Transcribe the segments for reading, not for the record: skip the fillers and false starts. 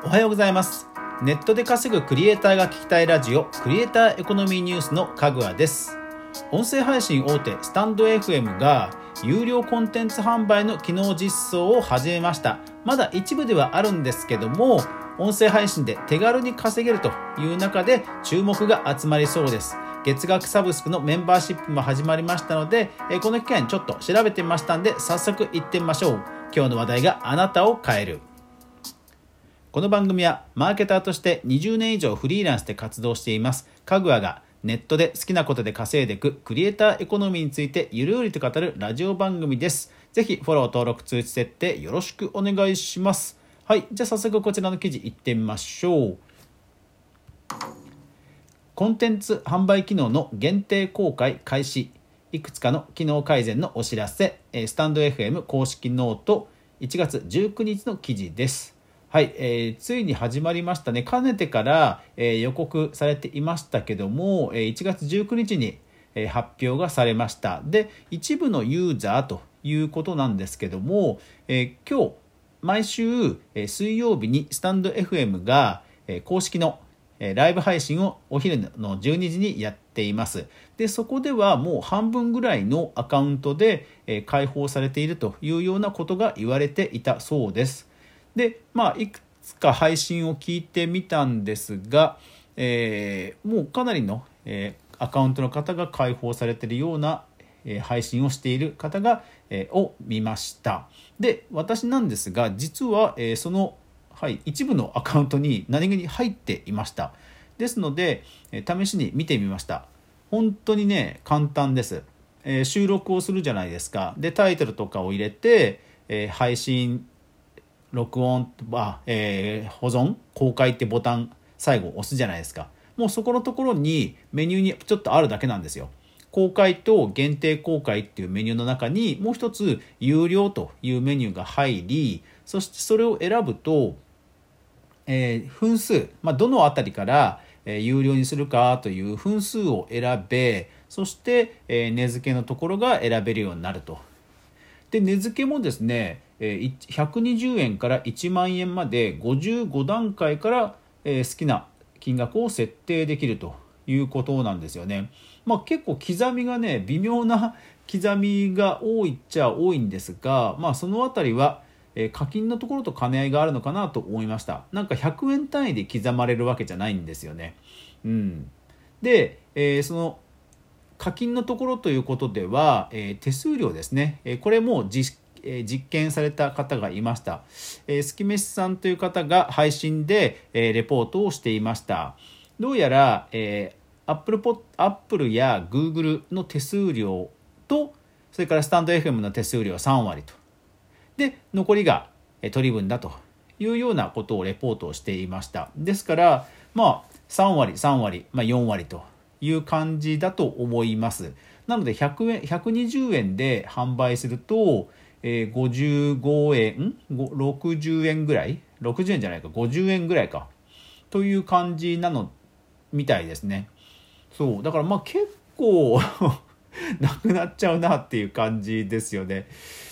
おはようございます。ネットで稼ぐクリエイターが聞きたいラジオ、クリエイターエコノミーニュースのかぐわです。音声配信大手スタンド FM が有料コンテンツ販売の機能実装を始めました。まだ一部ではあるんですけども、音声配信で手軽に稼げるという中で注目が集まりそうです。月額サブスクのメンバーシップも始まりましたので、この機会にちょっと調べてみましたんで、早速行ってみましょう。今日の話題があなたを変える。この番組はマーケターとして20年以上フリーランスで活動していますかぐわが、ネットで好きなことで稼いでいくクリエイターエコノミーについてゆるりと語るラジオ番組です。ぜひフォロー登録通知設定よろしくお願いします。はい、じゃあ早速こちらの記事いってみましょう。コンテンツ販売機能の限定公開開始、いくつかの機能改善のお知らせ、スタンド FM 公式ノート1月19日の記事です。はい、ついに始まりましたね。かねてから、予告されていましたけども、1月19日に、発表がされました。で、一部のユーザーということなんですけども、今日毎週、水曜日にスタンド FM が、公式のライブ配信をお昼の12時にやっています。で、そこではもう半分ぐらいのアカウントで、開放されているというようなことが言われていたそうです。で、いくつか配信を聞いてみたんですが、もうかなりの、アカウントの方が開放されているような、配信をしている方が、を見ました。で、私なんですが、実は、その一部のアカウントに何気に入っていました。ですので、試しに見てみました。本当にね、簡単です。収録をするじゃないですか。で、タイトルとかを入れて、配信録音、保存公開ってボタン最後押すじゃないですか。もうそこのところにメニューにちょっとあるだけなんですよ。公開と限定公開っていうメニューの中にもう一つ有料というメニューが入り、そしてそれを選ぶと、分数、どのあたりから、有料にするかという分数を選べ、そして、値付けのところが選べるようになると。で、値付けもですね、120円から1万円まで55段階から、好きな金額を設定できるということなんですよね。結構刻みがね、微妙な刻みが多いっちゃ多いんですが、そのあたりは、課金のところと兼ね合いがあるのかなと思いました。なんか100円単位で刻まれるわけじゃないんですよね。で、その課金のところということでは、手数料ですね。これも実験された方がいました。スキメシさんという方が配信で、レポートをしていました。どうやら、Apple や Google の手数料と、それからスタンド FM の手数料3割と。で、残りが取り分だというようなことをレポートをしていました。ですから、3割、3割、4割という感じだと思います。なので120円で販売すると、55円、60円ぐらい、60円じゃないか、50円ぐらいかという感じなのみたいですね。そう、だから結構なくなっちゃうなっていう感じですよね。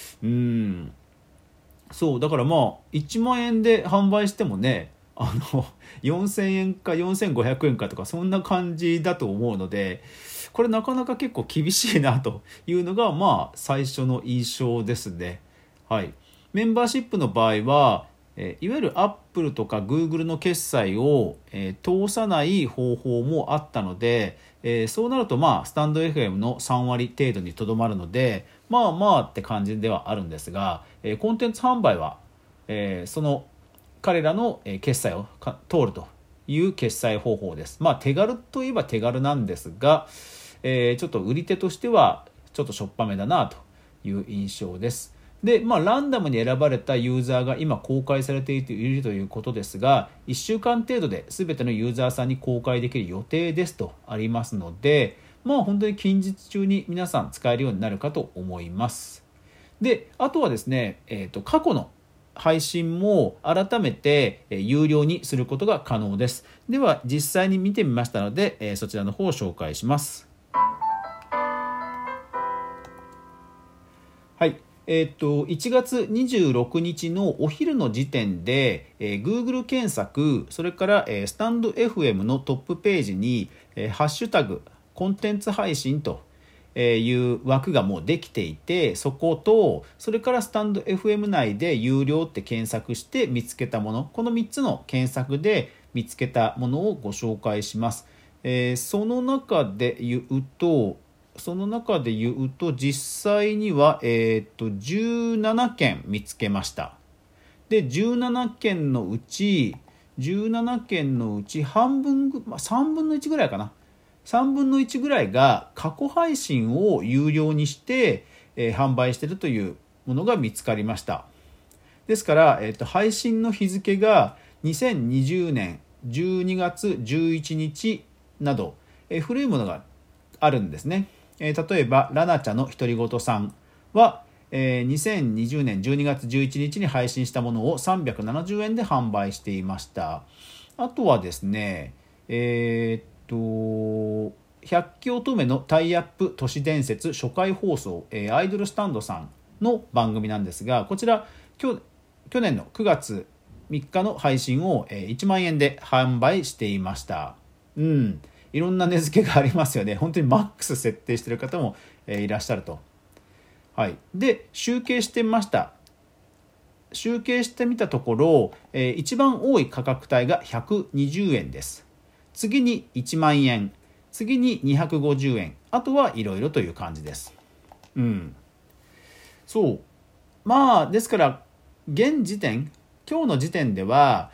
そうだから1万円で販売してもね、4000円か4500円かとかそんな感じだと思うので、これなかなか結構厳しいなというのが最初の印象ですね。はい。メンバーシップの場合は、いわゆる Apple とか Google の決済を、通さない方法もあったので、そうなるとスタンド FM の3割程度にとどまるので、って感じではあるんですが、コンテンツ販売は、その彼らの決済を通るという決済方法です。手軽といえば手軽なんですが、ちょっと売り手としてはちょっとしょっぱめだなという印象です。で、ランダムに選ばれたユーザーが今公開されているということですが、1週間程度で全てのユーザーさんに公開できる予定ですとありますので、本当に近日中に皆さん使えるようになるかと思います。で、あとはですね、過去の配信も改めて有料にすることが可能です。では実際に見てみましたので、そちらの方を紹介します。はい。 1月26日のお昼の時点で、Google 検索、それから、スタンド FM のトップページに、ハッシュタグコンテンツ配信という枠がもうできていて、そこと、それからスタンド FM 内で有料って検索して見つけたもの、この3つの検索で見つけたものをご紹介します。その中で言うと実際には、17件見つけました。で17件のうち半分、3分の1ぐらいかな、3分の1ぐらいが過去配信を有料にして、販売しているというものが見つかりました。ですから、配信の日付が2020年12月11日など、古いものがあるんですね。例えばラナチャの独り言さんは、2020年12月11日に配信したものを370円で販売していました。あとはですね、百鬼乙女のタイアップ都市伝説初回放送、アイドルスタンドさんの番組なんですが、こちら去年の9月3日の配信を1万円で販売していました。いろんな値付けがありますよね。本当にマックス設定している方もいらっしゃると。で集計してみました。集計してみたところ、一番多い価格帯が120円です。次に1万円、次に250円、あとはいろいろという感じです。ですから今日の時点では、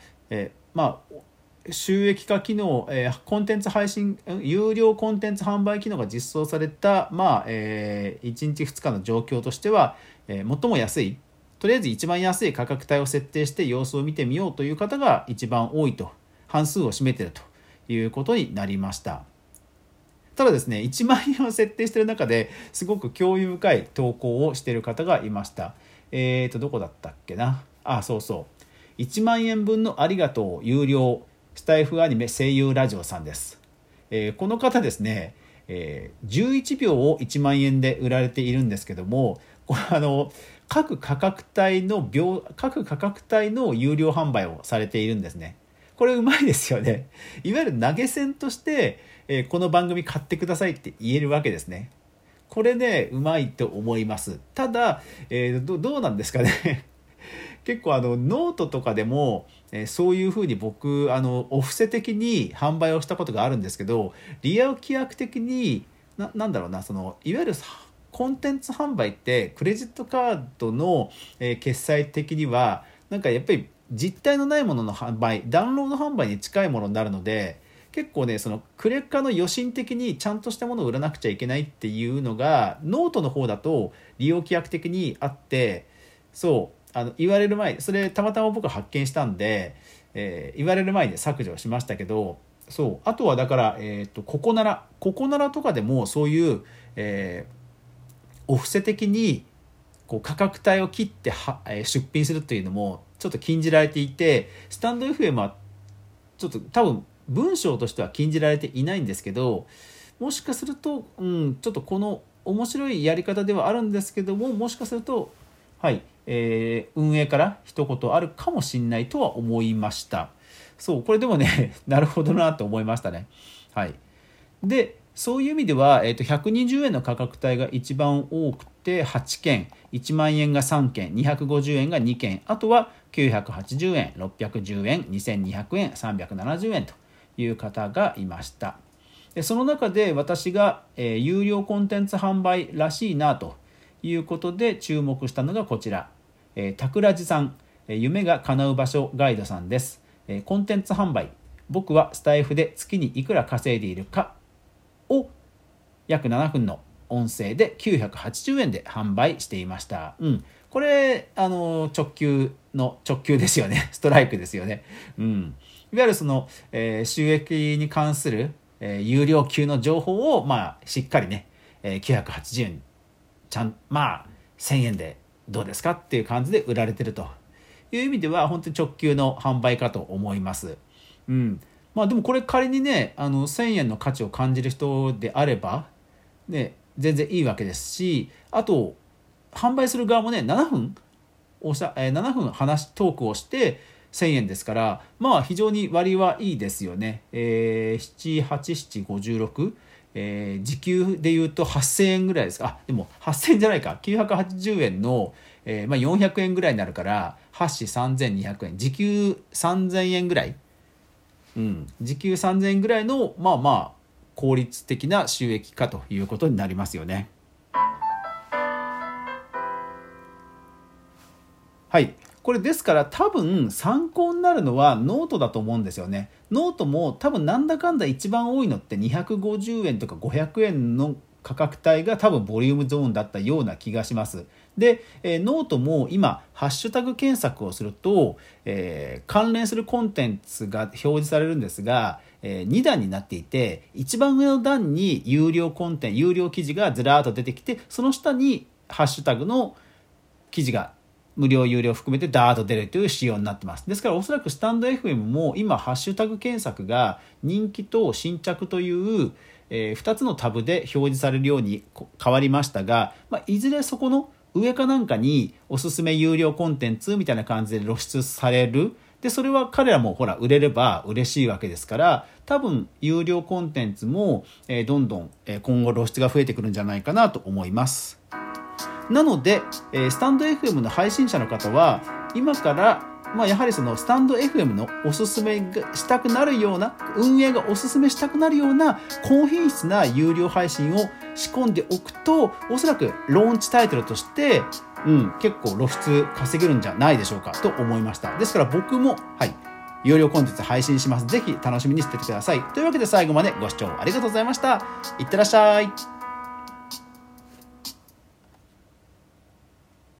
収益化機能、コンテンツ配信有料コンテンツ販売機能が実装された、1日2日の状況としては、最も安い、とりあえず一番安い価格帯を設定して様子を見てみようという方が一番多いと、半数を占めているということになりました。ただですね、1万円を設定している中ですごく興味深い投稿をしている方がいました。どこだったっけな。1万円分のありがとう有料スタイフアニメ声優ラジオさんです。この方ですね、11秒を1万円で売られているんですけども、これ各価格帯の有料販売をされているんですね。これうまいですよね。いわゆる投げ銭として、この番組買ってくださいって言えるわけですね。これね、うまいと思います。ただ、どうなんですかね。結構ノートとかでも、そういうふうに僕お布施的に販売をしたことがあるんですけど、利益規約的にいわゆるコンテンツ販売ってクレジットカードの、決済的にはやっぱり実体のないものの販売、ダウンロード販売に近いものになるので、結構ねクレカの余震的にちゃんとしたものを売らなくちゃいけないっていうのがノートの方だと利用規約的にあって、言われる前、それたまたま僕は発見したんで、言われる前に削除しましたけど、あとはだから、ココナラとかでもそういう、お布施的にこう価格帯を切って出品するっていうのもちょっと禁じられていて、スタンド FM はちょっと多分文章としては禁じられていないんですけど、もしかすると、ちょっとこの面白いやり方ではあるんですけども、もしかすると運営から一言あるかもしれないとは思いました。これでもねなるほどなと思いましたね。でそういう意味では、120円の価格帯が一番多くて8件、1万円が3件、250円が2件、あとは980円、610円、2200円、370円という方がいました。でその中で私が、有料コンテンツ販売らしいなということで注目したのがこちら、タクラジさん、夢が叶う場所ガイドさんです。コンテンツ販売、僕はスタイフで月にいくら稼いでいるかを約7分の音声で980円で販売していました。これ直球ですよね。ストライクですよね。いわゆる収益に関する、有料級の情報をしっかりね、980円1000円でどうですかっていう感じで売られてるという意味では本当に直球の販売かと思います。でもこれ仮にね1000円の価値を感じる人であれば、ね、全然いいわけですし、あと販売する側もね7分トークをして1000円ですから、まあ非常に割はいいですよね。78756、時給でいうと8000円ぐらいですか。でも8000円じゃないか、980円の、400円ぐらいになるから、8紙3200円、時給3000円ぐらい、時給3000円ぐらいの効率的な収益化ということになりますよね。はい、これですから多分参考になるのはノートだと思うんですよね。ノートも多分なんだかんだ一番多いのって250円とか500円の価格帯が多分ボリュームゾーンだったような気がします。で、ノートも今ハッシュタグ検索をすると、関連するコンテンツが表示されるんですが、2段になっていて、一番上の段に有料記事がずらーっと出てきて、その下にハッシュタグの記事が無料有料含めてダーッと出るという仕様になってます。ですからおそらくスタンド FM も今ハッシュタグ検索が人気と新着という、2つのタブで表示されるように変わりましたが、いずれそこの上かなんかにおすすめ有料コンテンツみたいな感じで露出される。でそれは彼らも売れれば嬉しいわけですから、多分有料コンテンツもどんどん今後露出が増えてくるんじゃないかなと思います。なのでスタンド FM の配信者の方は今からやはりそのスタンド FM のおすすめがしたくなるような、運営がおすすめしたくなるような高品質な有料配信を仕込んでおくと、おそらくローンチタイトルとして結構露出稼げるんじゃないでしょうかと思いました。ですから僕も有料コンテンツ配信します。ぜひ楽しみにしててください。というわけで最後までご視聴ありがとうございました。いってらっしゃい。